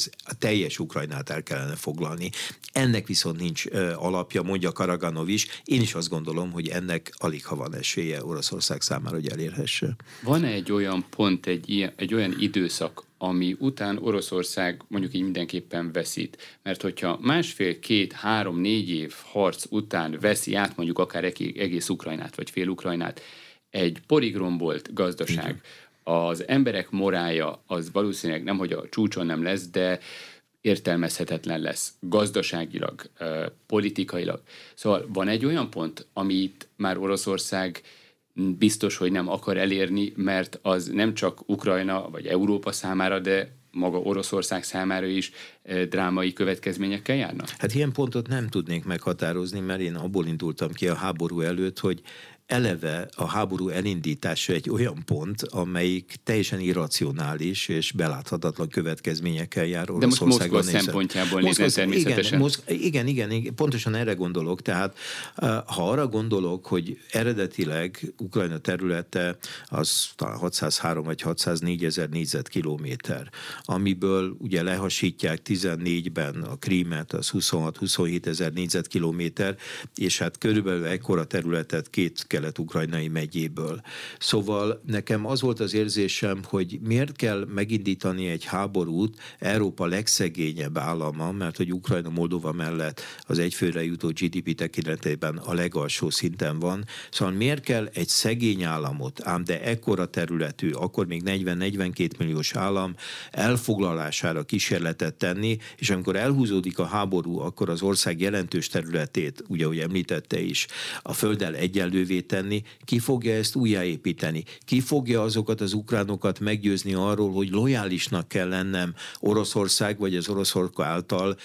teljes Ukrajnát el kellene foglalni. Ennek viszont nincs alapja, mondja Karaganov is. Én is azt gondolom, hogy ennek alig ha van esélye Oroszország számára, hogy elérhesse. Van-e egy olyan pont, egy, ilyen, egy olyan időszak, ami után Oroszország mondjuk így mindenképpen veszít? Mert hogyha másfél, két, három, négy év harc után veszi át mondjuk akár egész Ukrajnát, vagy fél Ukrajnát, egy porigrombolt gazdaság, igen. Az emberek morálja az valószínűleg nem, hogy a csúcson nem lesz, de értelmezhetetlen lesz gazdaságilag, politikailag. Szóval van egy olyan pont, amit már Oroszország biztos, hogy nem akar elérni, mert az nem csak Ukrajna vagy Európa számára, de maga Oroszország számára is drámai következményekkel járna? Hát ilyen pontot nem tudnék meghatározni, mert én abból indultam ki a háború előtt, hogy eleve a háború elindítása egy olyan pont, amelyik teljesen irracionális és beláthatatlan következményekkel jár Oroszországon. De most Moszkva szempontjából nézve természetesen. Igen, Moszk- igen, igen, igen, pontosan erre gondolok. Tehát ha arra gondolok, hogy eredetileg Ukrajna területe az talán hatszázhárom vagy hatszáznégy ezer négyzetkilométer, amiből ugye lehasítják tizennégyben a Krímet, az huszonhat-huszonhét ezer négyzetkilométer, és hát körülbelül ekkora területet két kelet-ukrajnai megyéből. Szóval nekem az volt az érzésem, hogy miért kell megindítani egy háborút Európa legszegényebb állama, mert hogy Ukrajna Moldova mellett az egyfőre jutó gé dé pé tekintetében a legalsó szinten van. Szóval miért kell egy szegény államot, ám de ekkora területű, akkor még negyven-negyvenkét milliós állam elfoglalására kísérletet tenni, és amikor elhúzódik a háború, akkor az ország jelentős területét, ugye, ahogy említette is, a földdel egyenlővé tenni, ki fogja ezt újjáépíteni? Ki fogja azokat az ukránokat meggyőzni arról, hogy lojálisnak kell lennem Oroszország, vagy az Oroszország által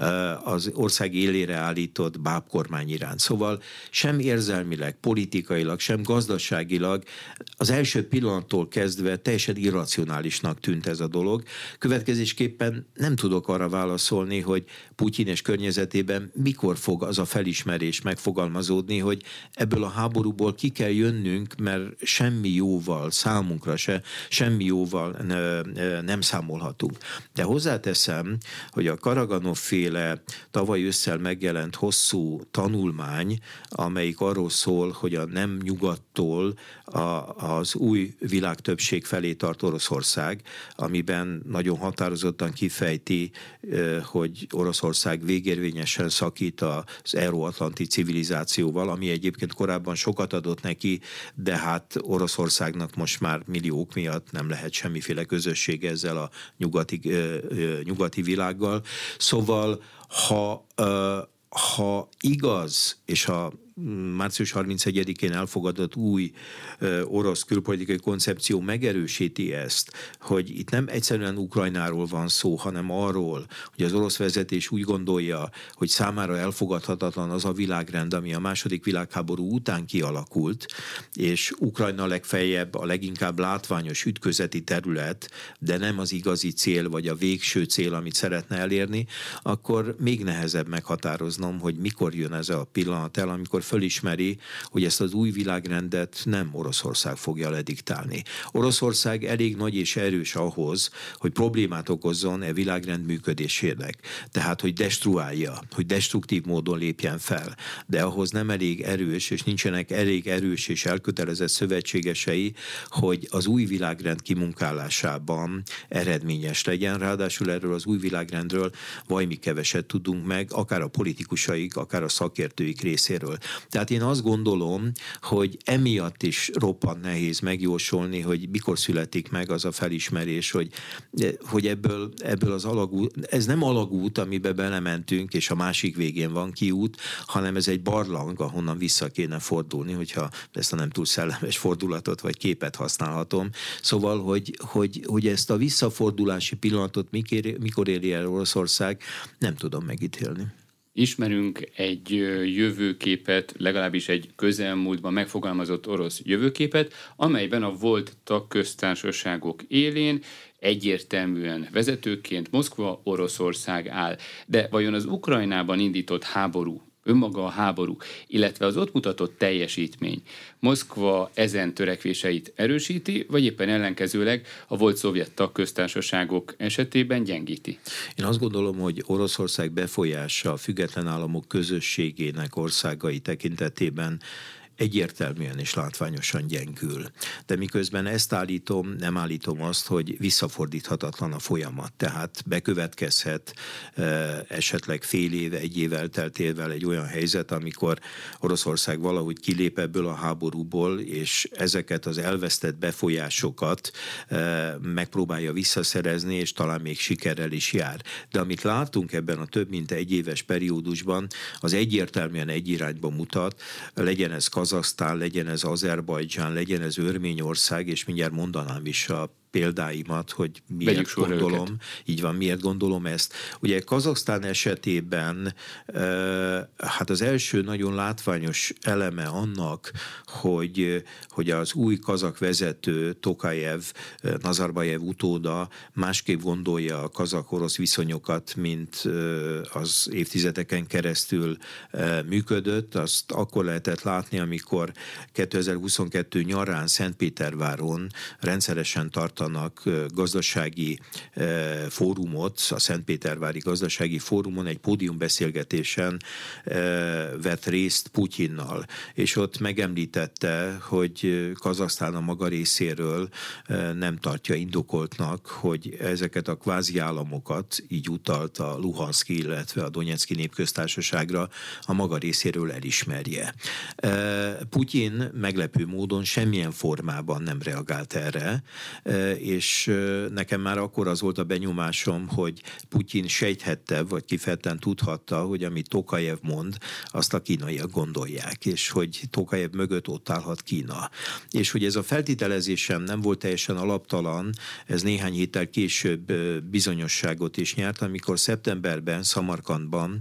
az ország élére állított bábkormány iránt? Szóval sem érzelmileg, politikailag, sem gazdaságilag az első pillanattól kezdve teljesen irracionálisnak tűnt ez a dolog. Következésképpen nem tudok arra válaszolni, hogy Putyin és környezetében mikor fog az a felismerés megfogalmazódni, hogy ebből a háborúból ki kell jönnünk, mert semmi jóval, számunkra se, semmi jóval nem számolhatunk. De hozzáteszem, hogy a Karaganov féle tavaly ősszel megjelent hosszú tanulmány, amelyik arról szól, hogy a nem nyugattól a, az új világ többség felé tart Oroszország, amiben nagyon határozottan kifejti, hogy Oroszország végérvényesen szakít az euróatlanti civilizációval, ami egyébként korábban sokat adott neki, de hát Oroszországnak most már milliók miatt nem lehet semmiféle közösség ezzel a nyugati, nyugati világgal. Szóval, ha, ha igaz, és a március harmincegyedikén elfogadott új ö, orosz külpolitikai koncepció megerősíti ezt, hogy itt nem egyszerűen Ukrajnáról van szó, hanem arról, hogy az orosz vezetés úgy gondolja, hogy számára elfogadhatatlan az a világrend, ami a második világháború után kialakult, és Ukrajna legfeljebb a leginkább látványos ütközeti terület, de nem az igazi cél, vagy a végső cél, amit szeretne elérni, akkor még nehezebb meghatároznom, hogy mikor jön ez a pillanat el, amikor fölismeri, hogy ezt az új világrendet nem Oroszország fogja lediktálni. Oroszország elég nagy és erős ahhoz, hogy problémát okozzon e világrend működésének. Tehát, hogy destruálja, hogy destruktív módon lépjen fel. De ahhoz nem elég erős, és nincsenek elég erős és elkötelezett szövetségesei, hogy az új világrend kimunkálásában eredményes legyen. Ráadásul erről az új világrendről vajmi keveset tudunk meg, akár a politikusaik, akár a szakértőik részéről. Tehát én azt gondolom, hogy emiatt is roppant nehéz megjósolni, hogy mikor születik meg az a felismerés, hogy, hogy ebből, ebből az alagút, ez nem alagút, amibe belementünk, és a másik végén van kiút, hanem ez egy barlang, ahonnan vissza kéne fordulni, hogyha ezt a nem túl szellemes fordulatot vagy képet használhatom. Szóval, hogy, hogy, hogy ezt a visszafordulási pillanatot mikor, mikor éri el Oroszország, nem tudom megítélni. Ismerünk egy jövőképet, legalábbis egy közelmúltban megfogalmazott orosz jövőképet, amelyben a volt tagköztársaságok élén egyértelműen vezetőként Moszkva, Oroszország áll. De vajon az Ukrajnában indított háború önmaga a háború, illetve az ott mutatott teljesítmény Moszkva ezen törekvéseit erősíti, vagy éppen ellenkezőleg a volt szovjet tagköztársaságok esetében gyengíti? Én azt gondolom, hogy Oroszország befolyása a független államok közösségének országai tekintetében egyértelműen és látványosan gyengül. De miközben ezt állítom, nem állítom azt, hogy visszafordíthatatlan a folyamat. Tehát bekövetkezhet esetleg fél éve, egy év elteltével egy olyan helyzet, amikor Oroszország valahogy kilép ebből a háborúból, és ezeket az elvesztett befolyásokat megpróbálja visszaszerezni, és talán még sikerrel is jár. De amit látunk ebben a több mint egy éves periódusban, az egyértelműen egy irányba mutat, legyen ez Kazahsztán, legyen ez Azerbajdzsán, legyen ez Örményország, és mindjárt mondanám is a példáimat, hogy miért gondolom, őket. Így van, miért gondolom ezt. Ugye Kazahsztán esetében hát az első nagyon látványos eleme annak, hogy, hogy az új kazak vezető Tokajev, Nazarbajev utóda másképp gondolja a kazak-orosz viszonyokat, mint az évtizedeken keresztül működött. Azt akkor lehetett látni, amikor kétezer-huszonkettő nyarán Szentpéterváron rendszeresen tartanak gazdasági fórumot, a Szentpétervári Gazdasági Fórumon egy pódiumbeszélgetésen vett részt Putyinnal, és ott megemlítette, hogy Kazahsztán a maga részéről nem tartja indokoltnak, hogy ezeket a kvázi államokat, így utalt a Luhanszki, illetve a Donyeczki Népköztársaságra, a maga részéről elismerje. Putyin meglepő módon semmilyen formában nem reagált erre, és nekem már akkor az volt a benyomásom, hogy Putyin sejthette, vagy kifejezetten tudhatta, hogy amit Tokajev mond, azt a kínaiak gondolják, és hogy Tokajev mögött ott állhat Kína. És hogy ez a feltételezésem nem volt teljesen alaptalan, ez néhány héttel később bizonyosságot is nyert, amikor szeptemberben Szamarkandban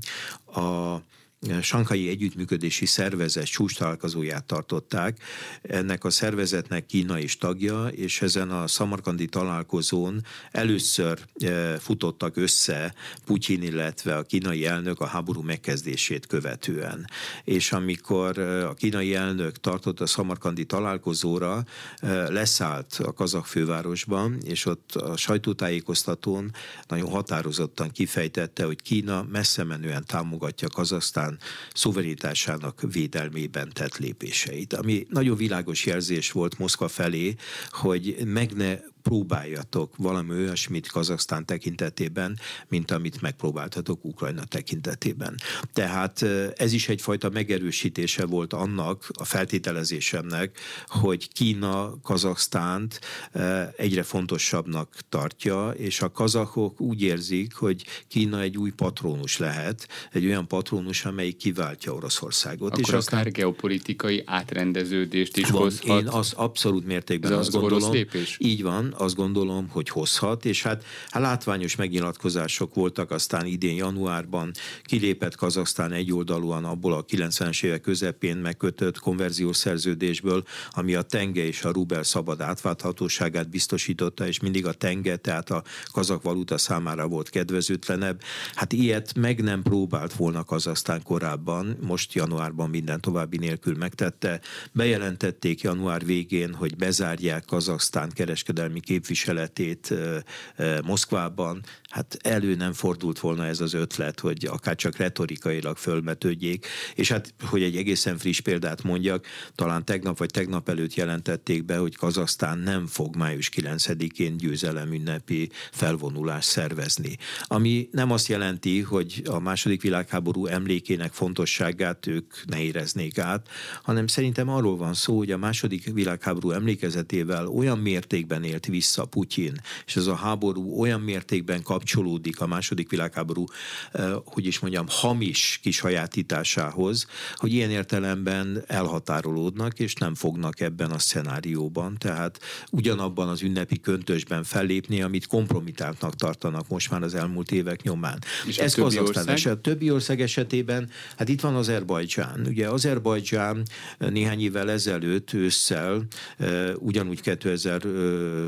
a Sanghai Együttműködési Szervezet csúcstalálkozóját tartották. Ennek a szervezetnek Kína is tagja, és ezen a szamarkandi találkozón először futottak össze Putyin, illetve a kínai elnök a háború megkezdését követően. És amikor a kínai elnök tartott a szamarkandi találkozóra, leszállt a kazakh fővárosban, és ott a sajtótájékoztatón nagyon határozottan kifejtette, hogy Kína messze menően támogatja Kazahsztán szuverenitásának védelmében tett lépéseit. Ami nagyon világos jelzés volt Moszkva felé, hogy meg ne próbáljatok valami olyasmit Kazahsztán tekintetében, mint amit megpróbáltatok Ukrajna tekintetében. Tehát ez is egyfajta megerősítése volt annak, a feltételezésemnek, hogy Kína Kazahsztánt egyre fontosabbnak tartja, és a kazahok úgy érzik, hogy Kína egy új patrónus lehet, egy olyan patrónus, amelyik kiváltja Oroszországot. Akkor és akár aztán geopolitikai átrendeződést is van, hozhat. Én az abszolút mértékben az azt gondolom. lépés? Így van, azt gondolom, hogy hozhat, és hát, hát látványos megnyilatkozások voltak, aztán idén januárban kilépett Kazahsztán egyoldalúan abból a kilencvenes évek közepén megkötött konverziós szerződésből, ami a tenge és a rubel szabad átválthatóságát biztosította, és mindig a tenge, tehát a kazak valuta számára volt kedvezőtlenebb. Hát ilyet meg nem próbált volna Kazahsztán korábban, most januárban minden további nélkül megtette. Bejelentették január végén, hogy bezárják Kazahsztán kereskedelmi képviseletét Moszkvában. Hát elő nem fordult volna ez az ötlet, hogy akár csak retorikailag fölmetődjék. És hát, hogy egy egészen friss példát mondjak, talán tegnap vagy tegnap előtt jelentették be, hogy Kazahsztán nem fog május kilencedikén győzelemünnepi felvonulást szervezni. Ami nem azt jelenti, hogy a második világháború emlékének fontosságát ők ne éreznék át, hanem szerintem arról van szó, hogy a második világháború emlékezetével olyan mértékben élt vissza Putyin, és ez a háború olyan mértékben kapcsolódik a második világháború, eh, hogy is mondjam, hamis kisajátításához, hogy ilyen értelemben elhatárolódnak, és nem fognak ebben a szenárióban, tehát ugyanabban az ünnepi köntösben fellépni, amit kompromitáltnak tartanak most már az elmúlt évek nyomán. És ez a többi ország? Eset, többi ország esetében, hát itt van Azerbajdzsán. Ugye Azerbajdzsán néhány évvel ezelőtt ősszel, ugyanúgy kétezer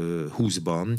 húszban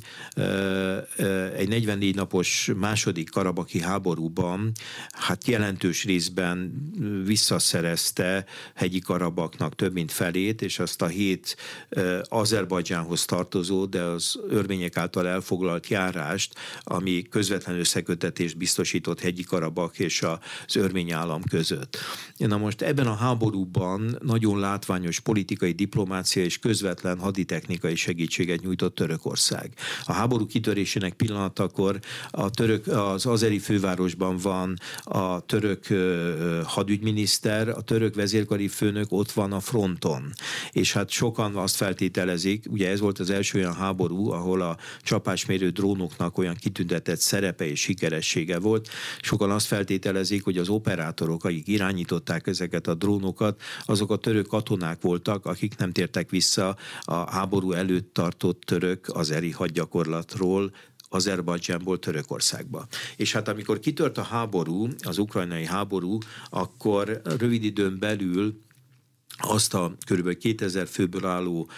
egy negyvennégy napos második karabaki háborúban hát jelentős részben visszaszerezte hegyi Karabaknak több mint felét, és azt a hét Azerbajdzsánhoz tartozó, de az örmények által elfoglalt járást, ami közvetlen összekötetést biztosított hegyi Karabak és az örmény állam között. Na most ebben a háborúban nagyon látványos politikai diplomácia és közvetlen haditechnikai segítséget nyújtott Törökország. A háború kitörésének pillanatakor a török, az azeri fővárosban van a török hadügyminiszter, a török vezérkari főnök ott van a fronton. És hát sokan azt feltételezik, ugye ez volt az első olyan háború, ahol a csapásmérő drónoknak olyan kitüntetett szerepe és sikeressége volt. Sokan azt feltételezik, hogy az operátorok, akik irányították ezeket a drónokat, azok a török katonák voltak, akik nem tértek vissza a háború előtt tartott török azeri hadgyakorlatról, Azerbajdzsánból Törökországba. És hát amikor kitört a háború, az ukrajnai háború, akkor rövid időn belül azt a kb. kétezer főből álló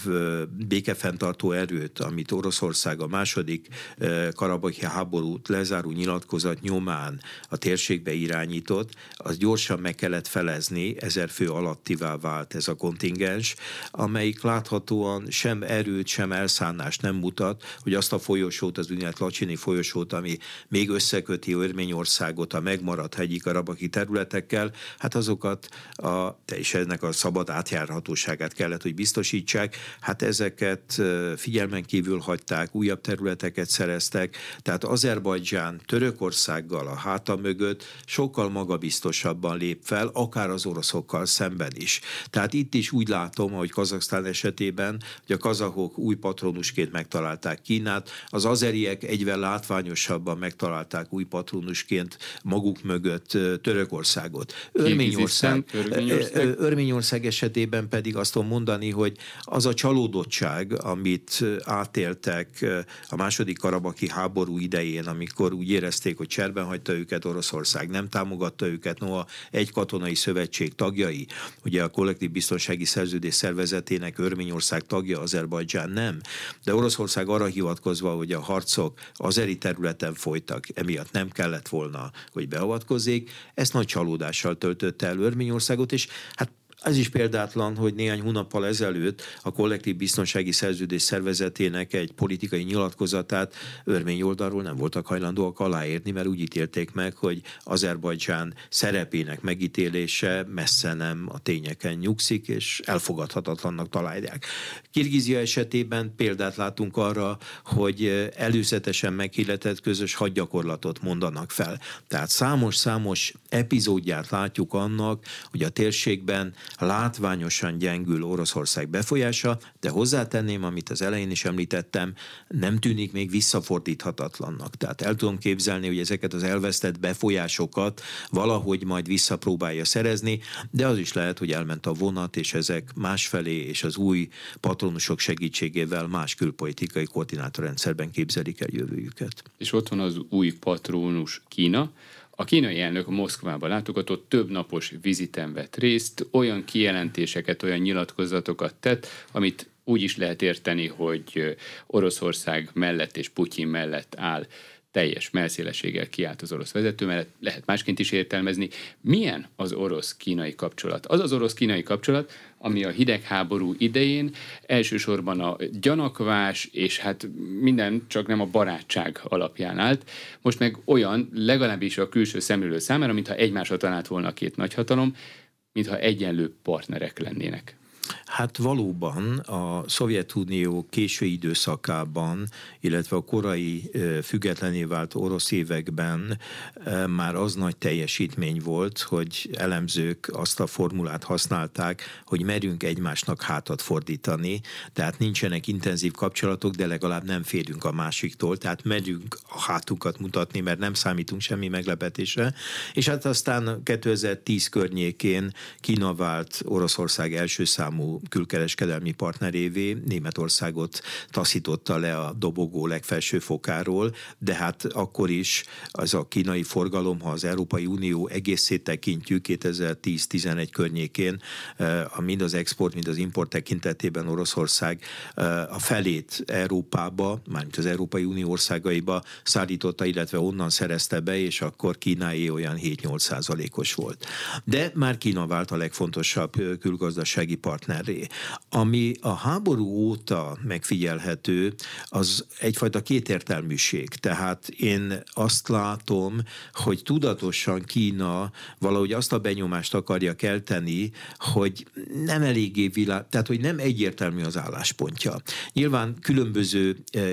békefenntartó erőt, amit Oroszország a második karabaki háborút lezáró nyilatkozat nyomán a térségbe irányított, az gyorsan meg kellett felezni, ezer fő alattivá vált ez a kontingens, amelyik láthatóan sem erőt, sem elszánást nem mutat, hogy azt a folyosót, az úgynevezett Lacsini folyosót, ami még összeköti Örményországot a megmaradt hegyi karabaki területekkel, hát azokat a, és ennek a a szabad átjárhatóságát kellett, hogy biztosítsák. Hát ezeket figyelmen kívül hagyták, újabb területeket szereztek, tehát Azerbajdzsán Törökországgal a háta mögött sokkal magabiztosabban lép fel, akár az oroszokkal szemben is. Tehát itt is úgy látom, hogy Kazaksztán esetében, hogy a kazahok új patronusként megtalálták Kínát, az azeriek egyvel látványosabban megtalálták új patronusként maguk mögött Törökországot. Örményország, Örményország. Örményország esetében pedig azt tudom mondani, hogy az a csalódottság, amit átéltek a második karabaki háború idején, amikor úgy érezték, hogy cserben hagyta őket Oroszország, nem támogatta őket, noha egy katonai szövetség tagjai, ugye a kollektív biztonsági szerződés szervezetének Örményország tagja, Azerbajdzsán nem, de Oroszország arra hivatkozva, hogy a harcok azeri területen folytak, emiatt nem kellett volna, hogy beavatkozzék, ezt nagy csalódással töltötte el Örményországot, és hát ez is példátlan, hogy néhány hónappal ezelőtt a kollektív biztonsági szerződés szervezetének egy politikai nyilatkozatát örmény oldalról nem voltak hajlandóak aláírni, mert úgy ítélték meg, hogy Azerbajdzsán szerepének megítélése messze nem a tényeken nyugszik, és elfogadhatatlannak találják. Kirgizia esetében példát látunk arra, hogy előzetesen meghirdetett közös hadgyakorlatot mondanak fel. Tehát számos-számos epizódját látjuk annak, hogy a térségben látványosan gyengül Oroszország befolyása, de hozzátenném, amit az elején is említettem, nem tűnik még visszafordíthatatlannak. Tehát el tudom képzelni, hogy ezeket az elvesztett befolyásokat valahogy majd visszapróbálja szerezni, de az is lehet, hogy elment a vonat, és ezek másfelé és az új patronusok segítségével más külpolitikai koordinátorrendszerben képzelik el jövőjüket. És ott van az új patronus Kína. A kínai elnök Moszkvába látogatott, több napos viziten vett részt, olyan kijelentéseket, olyan nyilatkozatokat tett, amit úgy is lehet érteni, hogy Oroszország mellett és Putyin mellett áll, teljes mellszélességgel kiállt az orosz vezető mellett, lehet másként is értelmezni. Milyen az orosz-kínai kapcsolat? Az az orosz-kínai kapcsolat, ami a hidegháború idején elsősorban a gyanakvás, és hát minden csak nem a barátság alapján állt. Most meg olyan, legalábbis a külső szemlélő számára, mintha egymásra talált volna a két nagyhatalom, mintha egyenlő partnerek lennének. Hát valóban a Szovjetunió késői időszakában, illetve a korai függetlenné vált orosz években már az nagy teljesítmény volt, hogy elemzők azt a formulát használták, hogy merünk egymásnak hátat fordítani, tehát nincsenek intenzív kapcsolatok, de legalább nem félünk a másiktól, tehát merünk a hátunkat mutatni, mert nem számítunk semmi meglepetésre. És hát aztán kétezer-tíz környékén Kína vált Oroszország első számú számú külkereskedelmi partnerévé, Németországot taszította le a dobogó legfelső fokáról, de hát akkor is az a kínai forgalom, ha az Európai Unió egészét tekintjük kétezer-tíz-tizenegy környékén, mind az export, mind az import tekintetében Oroszország a felét Európába, mármint az Európai Unió országaiba szállította, illetve onnan szerezte be, és akkor Kínáé olyan hét-nyolc százalékos volt. De már Kína vált a legfontosabb külgazdasági partnerré. Ami a háború óta megfigyelhető, az egyfajta kétértelműség. Tehát én azt látom, hogy tudatosan Kína valahogy azt a benyomást akarja kelteni, hogy nem eléggé világ, tehát hogy nem egyértelmű az álláspontja. Nyilván különböző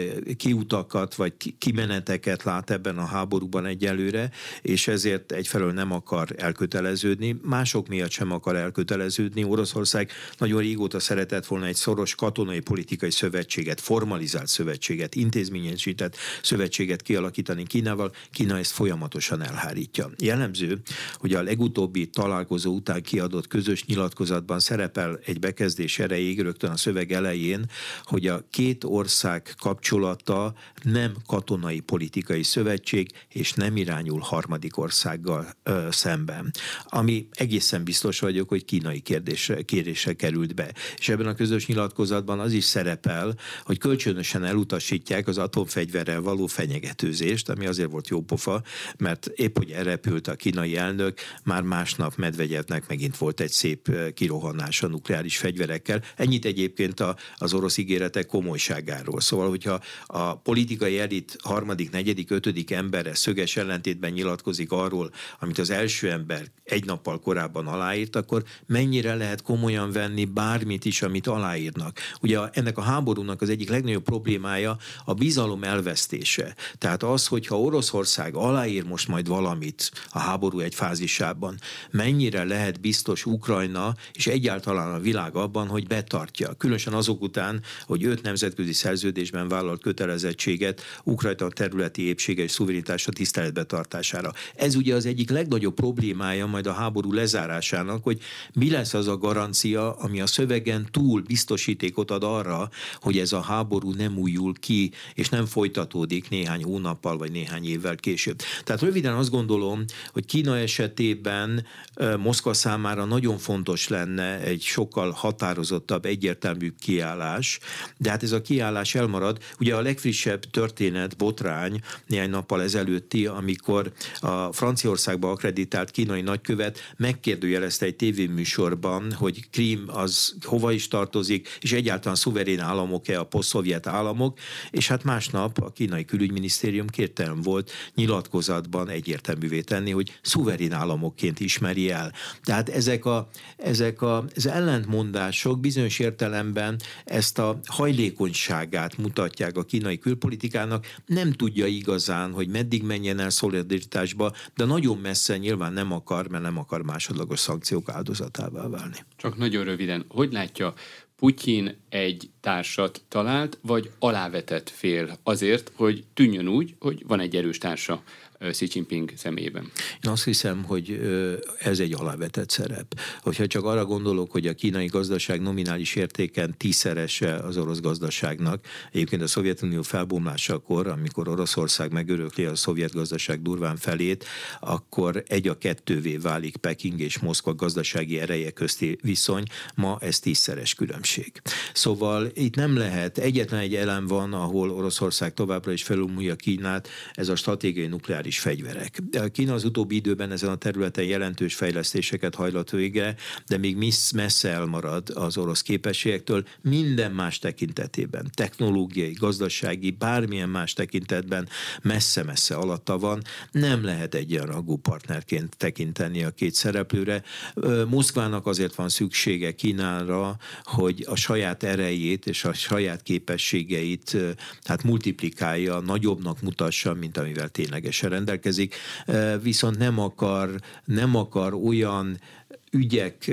kiutakat vagy kimeneteket lát ebben a háborúban egyelőre, és ezért egyfelől nem akar elköteleződni, mások miatt sem akar elköteleződni. Oroszország nagyon régóta szeretett volna egy szoros katonai politikai szövetséget, formalizált szövetséget, intézményesített szövetséget kialakítani Kínával. Kína ezt folyamatosan elhárítja. Jellemző, hogy a legutóbbi találkozó után kiadott közös nyilatkozatban szerepel egy bekezdés erejéig, rögtön a szöveg elején, hogy a két ország kapcsolata nem katonai politikai szövetség, és nem irányul harmadik országgal ö, szemben. Ami egészen biztos vagyok, hogy kínai kérdésre, kérésre került be. És ebben a közös nyilatkozatban az is szerepel, hogy kölcsönösen elutasítják az atomfegyverrel való fenyegetőzést, ami azért volt jó pofa, mert épp hogy elrepült a kínai elnök, már másnap Medvegyevnek megint volt egy szép kirohanása nukleáris fegyverekkel. Ennyit egyébként a, az orosz ígéretek komolyságáról. Szóval, hogyha a politikai elit harmadik, negyedik, ötödik embere szöges ellentétben nyilatkozik arról, amit az első ember egy nappal korábban aláírt, akkor mennyire lehet komolyan venni bármit is, amit aláírnak. Ugye ennek a háborúnak az egyik legnagyobb problémája a bizalom elvesztése. Tehát az, hogyha Oroszország aláír most majd valamit a háború egy fázisában, mennyire lehet biztos Ukrajna és egyáltalán a világ abban, hogy betartja. Különösen azok után, hogy öt nemzetközi szerződésben vállalt kötelezettséget Ukrajna területi épsége és szuverenitása tiszteletbe tartására. Ez ugye az egyik legnagyobb problémája majd a háború lezárásának, hogy mi lesz az a garancia, ami a szövegen túl biztosítékot ad arra, hogy ez a háború nem újul ki, és nem folytatódik néhány hónappal, vagy néhány évvel később. Tehát röviden azt gondolom, hogy Kína esetében Moszkva számára nagyon fontos lenne egy sokkal határozottabb, egyértelmű kiállás, de hát ez a kiállás elmarad. Ugye a legfrissebb történet, botrány néhány nappal ezelőtti, amikor a Franciaországba akkreditált kínai nagykövet megkérdőjelezte egy tévéműsorban, hogy Krím az hova is tartozik, és egyáltalán szuverén államok-e a posztszovjet államok, és hát másnap a kínai külügyminisztérium kértelen volt nyilatkozatban egyértelművé tenni, hogy szuverén államokként ismeri el. Tehát ezek, a, ezek a, az ellentmondások bizonyos értelemben ezt a hajlékonyságát mutatják a kínai külpolitikának, nem tudja igazán, hogy meddig menjen el szolidaritásba, de nagyon messze nyilván nem akar, mert nem akar másodlagos szankciók áldozatává válni. Csak nagyon röviden, hogy látja, Putyin egy társat talált, vagy alávetett fél azért, hogy tűnjön úgy, hogy van egy erős társa Xi Jinping személyében? Én azt hiszem, hogy ez egy alávetett szerep. Hogyha csak arra gondolok, hogy a kínai gazdaság nominális értéken tízszerese az orosz gazdaságnak, egyébként a Szovjetunió felbomlásakor, amikor Oroszország megörökli a szovjet gazdaság durván felét, akkor egy a kettővé válik Peking és Moszkva gazdasági ereje közti viszony, ma ez tízszeres különbség. Szóval itt nem lehet, egyetlen egy elem van, ahol Oroszország továbbra is felülmúlja Kínát, ez a stratégiai nukleáris fegyverek. Kína az utóbbi időben ezen a területen jelentős fejlesztéseket hajlott végre, de még messze elmarad az orosz képességektől minden más tekintetében, technológiai, gazdasági, bármilyen más tekintetben messze-messze alatta van, nem lehet egyenrangú partnerként tekinteni a két szereplőre. Moszkvának azért van szüksége Kínára, hogy a saját erejét és a saját képességeit hát multiplikálja, nagyobbnak mutassa, mint amivel ténylegesen rendelkezik, viszont nem akar, nem akar olyan ügyek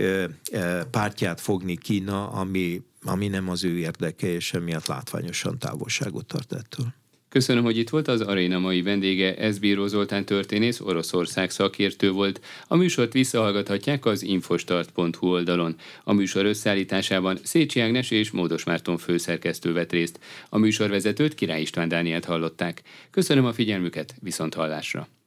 pártját fogni Kína, ami, ami nem az ő érdeke, és emiatt látványosan távolságot tart ettől. Köszönöm, hogy itt volt. Az aréna mai vendége Eszbíró Zoltán történész, Oroszország szakértő volt. A műsort visszahallgathatják az infostart pont hu oldalon. A műsor összeállításában Szécsi Ágnes és Módos Márton főszerkesztő vett részt. A műsorvezetőt Király István Dánielt hallották. Köszönöm a figyelmüket, viszont hallásra.